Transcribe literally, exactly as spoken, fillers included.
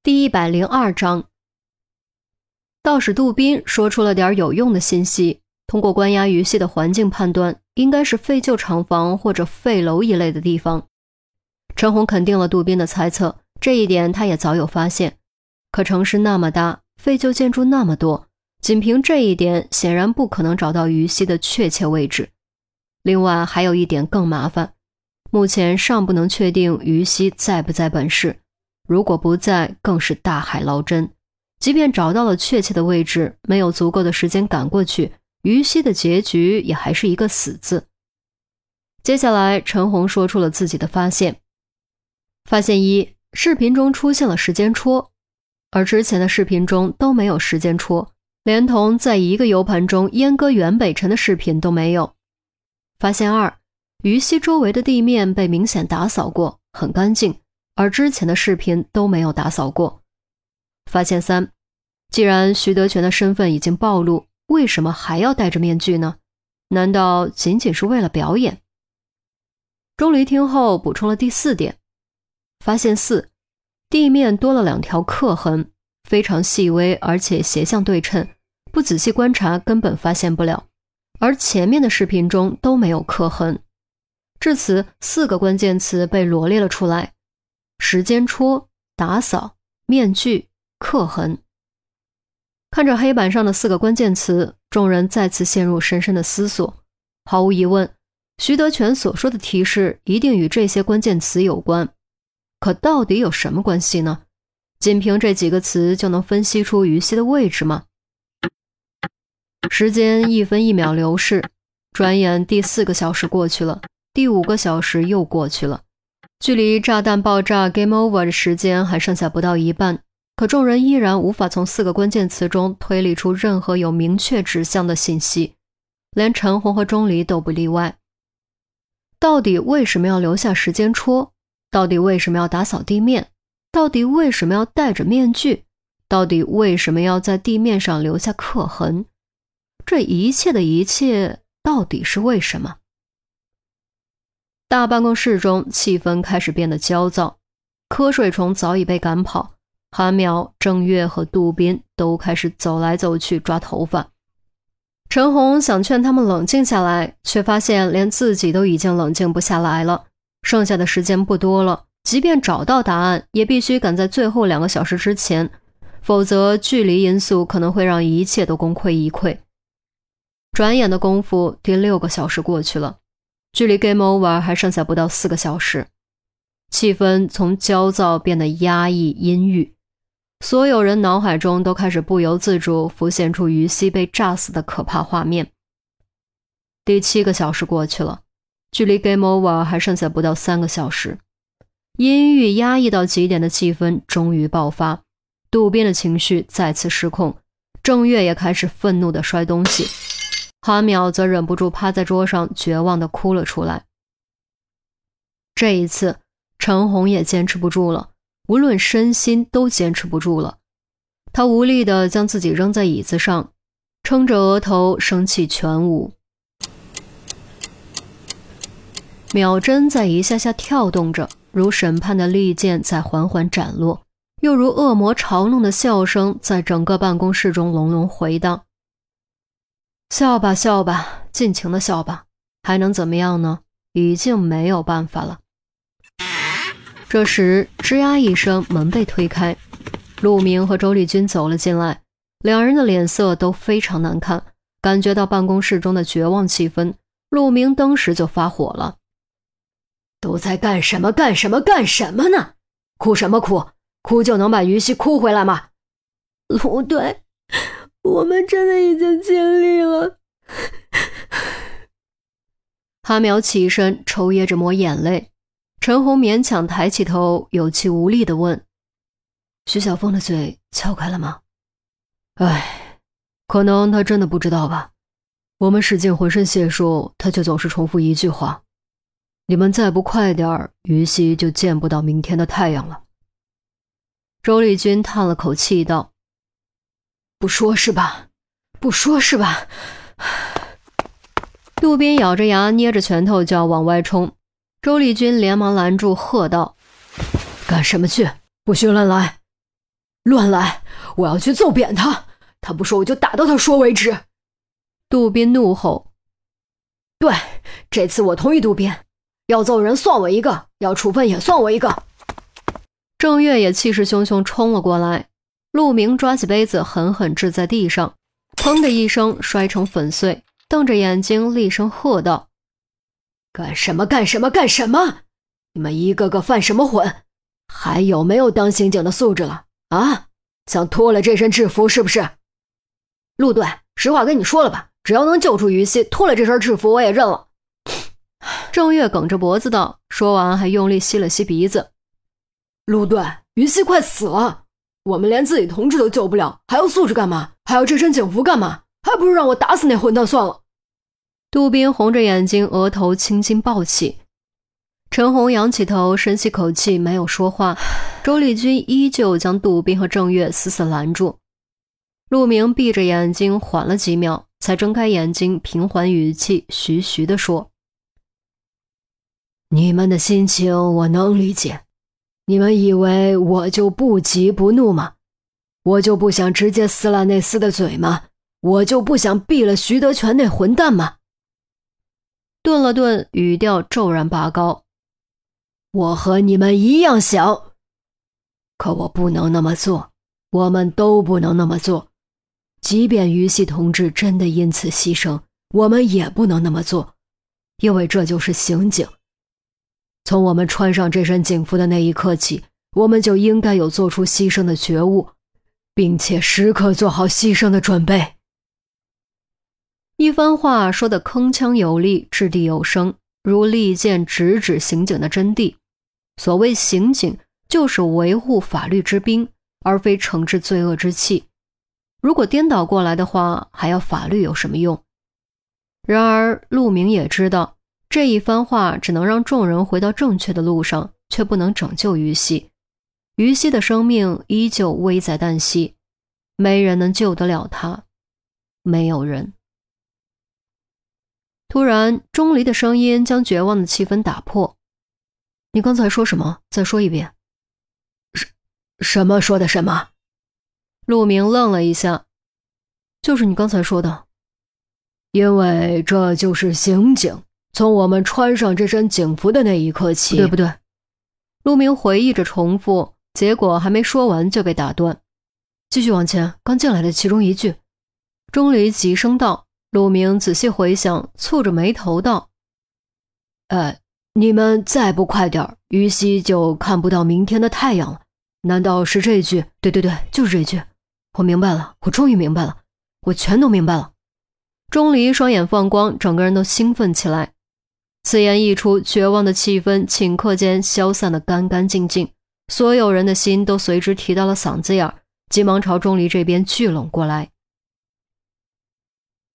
第一百零二章，道士杜宾说出了点有用的信息，通过关押鱼溪的环境判断，应该是废旧厂房或者废楼一类的地方。陈红肯定了杜宾的猜测，这一点他也早有发现。可城市那么大，废旧建筑那么多，仅凭这一点显然不可能找到鱼溪的确切位置。另外还有一点更麻烦，目前尚不能确定鱼溪在不在本市，如果不在，更是大海捞针。即便找到了确切的位置，没有足够的时间赶过去，鱼溪的结局也还是一个死字。接下来陈红说出了自己的发现。发现一，视频中出现了时间戳，而之前的视频中都没有时间戳，连同在一个 U 盘中阉割袁北辰的视频都没有。发现二，鱼溪周围的地面被明显打扫过，很干净，而之前的视频都没有打扫过。发现三，既然徐德全的身份已经暴露，为什么还要戴着面具呢？难道仅仅是为了表演？钟离听后补充了第四点。发现四，地面多了两条刻痕，非常细微，而且斜向对称，不仔细观察根本发现不了，而前面的视频中都没有刻痕。至此，四个关键词被罗列了出来：时间戳、打扫、面具、刻痕。看着黑板上的四个关键词，众人再次陷入深深的思索。毫无疑问，徐德全所说的提示一定与这些关键词有关。可到底有什么关系呢？仅凭这几个词就能分析出鱼溪的位置吗？时间一分一秒流逝，转眼第四个小时过去了，第五个小时又过去了，距离炸弹爆炸 Game Over 的时间还剩下不到一半，可众人依然无法从四个关键词中推理出任何有明确指向的信息，连陈红和钟离都不例外。到底为什么要留下时间戳？到底为什么要打扫地面？到底为什么要戴着面具？到底为什么要在地面上留下刻痕？这一切的一切，到底是为什么？大办公室中气氛开始变得焦躁，瞌睡虫早已被赶跑，韩淼、郑月和杜宾都开始走来走去抓头发。陈红想劝他们冷静下来，却发现连自己都已经冷静不下来了。剩下的时间不多了，即便找到答案，也必须赶在最后两个小时之前，否则距离因素可能会让一切都功亏一篑。转眼的功夫，第六个小时过去了，距离 Game Over 还剩下不到四个小时。气氛从焦躁变得压抑阴郁，所有人脑海中都开始不由自主浮现出鱼溪被炸死的可怕画面。第七个小时过去了，距离 Game Over 还剩下不到三个小时。阴郁压抑到极点的气氛终于爆发，渡边的情绪再次失控，郑月也开始愤怒地摔东西，韩淼则忍不住趴在桌上绝望地哭了出来。这一次陈红也坚持不住了，无论身心都坚持不住了。他无力地将自己扔在椅子上，撑着额头生气全无。秒针在一下下跳动着，如审判的利剑在缓缓斩落，又如恶魔嘲弄的笑声在整个办公室中隆隆回荡。笑吧笑吧，尽情的笑吧，还能怎么样呢？已经没有办法了。这时吱呀一声，门被推开，陆明和周丽君走了进来，两人的脸色都非常难看，感觉到办公室中的绝望气氛，陆明当时就发火了。 都在干什么干什么干什么呢？哭什么哭？哭就能把于西哭回来吗？ 陆队，我们真的已经尽力了。 韩淼起身抽噎着抹眼泪，陈红勉强抬起头，有气无力地问： 徐小凤的嘴撬开了吗？唉，可能他真的不知道吧。我们使尽浑身解数，他却总是重复一句话：你们再不快点，于西就见不到明天的太阳了。 周丽君叹了口气道： 不说是吧？不说是吧？ 渡边咬着牙捏着拳头就要往外冲，周丽君连忙拦住，喝道： 干什么去？不许乱来！ 乱来！我要去揍扁他！他不说我就打到他说为止！ 杜宾怒吼。 对，这次我同意杜宾，要揍人算我一个，要处分也算我一个。 郑月也气势汹汹冲了过来，陆明抓起杯子狠狠掷在地上，砰的一声摔成粉碎，瞪着眼睛厉声喝道： 干什么干什么干什么？你们一个个犯什么混？还有没有当刑警的素质了啊？想脱了这身制服是不是？陆队，实话跟你说了吧，只要能救出于西，脱了这身制服我也认了。 郑月梗着脖子道，说完还用力吸了吸鼻子。 陆队，于西快死了，我们连自己同志都救不了，还要素质干嘛？还要这身警服干嘛？还不如让我打死那混蛋算了。 杜宾红着眼睛，额头青筋暴起。陈红仰起头，深吸口气，没有说话。周丽君依旧将杜宾和郑月死死拦住。陆明闭着眼睛缓了几秒，才睁开眼睛，平缓语气，徐徐地说： 你们的心情我能理解，你们以为我就不急不怒吗？我就不想直接撕烂那厮的嘴吗？我就不想毙了徐德全那混蛋吗？ 顿了顿，语调骤然拔高： 我和你们一样想，可我不能那么做，我们都不能那么做。即便于西同志真的因此牺牲，我们也不能那么做，因为这就是刑警。从我们穿上这身警服的那一刻起，我们就应该有做出牺牲的觉悟，并且时刻做好牺牲的准备。 一番话说得铿锵有力，掷地有声，如利剑直指刑警的真谛。所谓刑警，就是维护法律之兵，而非惩治罪恶之器。如果颠倒过来的话，还要法律有什么用？然而陆明也知道，这一番话只能让众人回到正确的路上，却不能拯救于西。于西的生命依旧危在旦夕，没人能救得了他，没有人。突然，钟离的声音将绝望的气氛打破。你刚才说什么？再说一遍。 什什么说的什么？ 陆明愣了一下。就是你刚才说的。 因为这就是刑警，从我们穿上这身警服的那一刻起。 不对不对，陆明回忆着重复，结果还没说完就被打断。继续往前，刚进来的其中一句。钟离急声道。陆明仔细回想，蹙着眉头道： 呃，你们再不快点，于西就看不到明天的太阳了。难道是这句？ 对对对，就是这句。我明白了，我终于明白了，我全都明白了。钟离双眼放光，整个人都兴奋起来。此言一出，绝望的气氛顷刻间消散得干干净净，所有人的心都随之提到了嗓子眼，急忙朝钟离这边聚拢过来。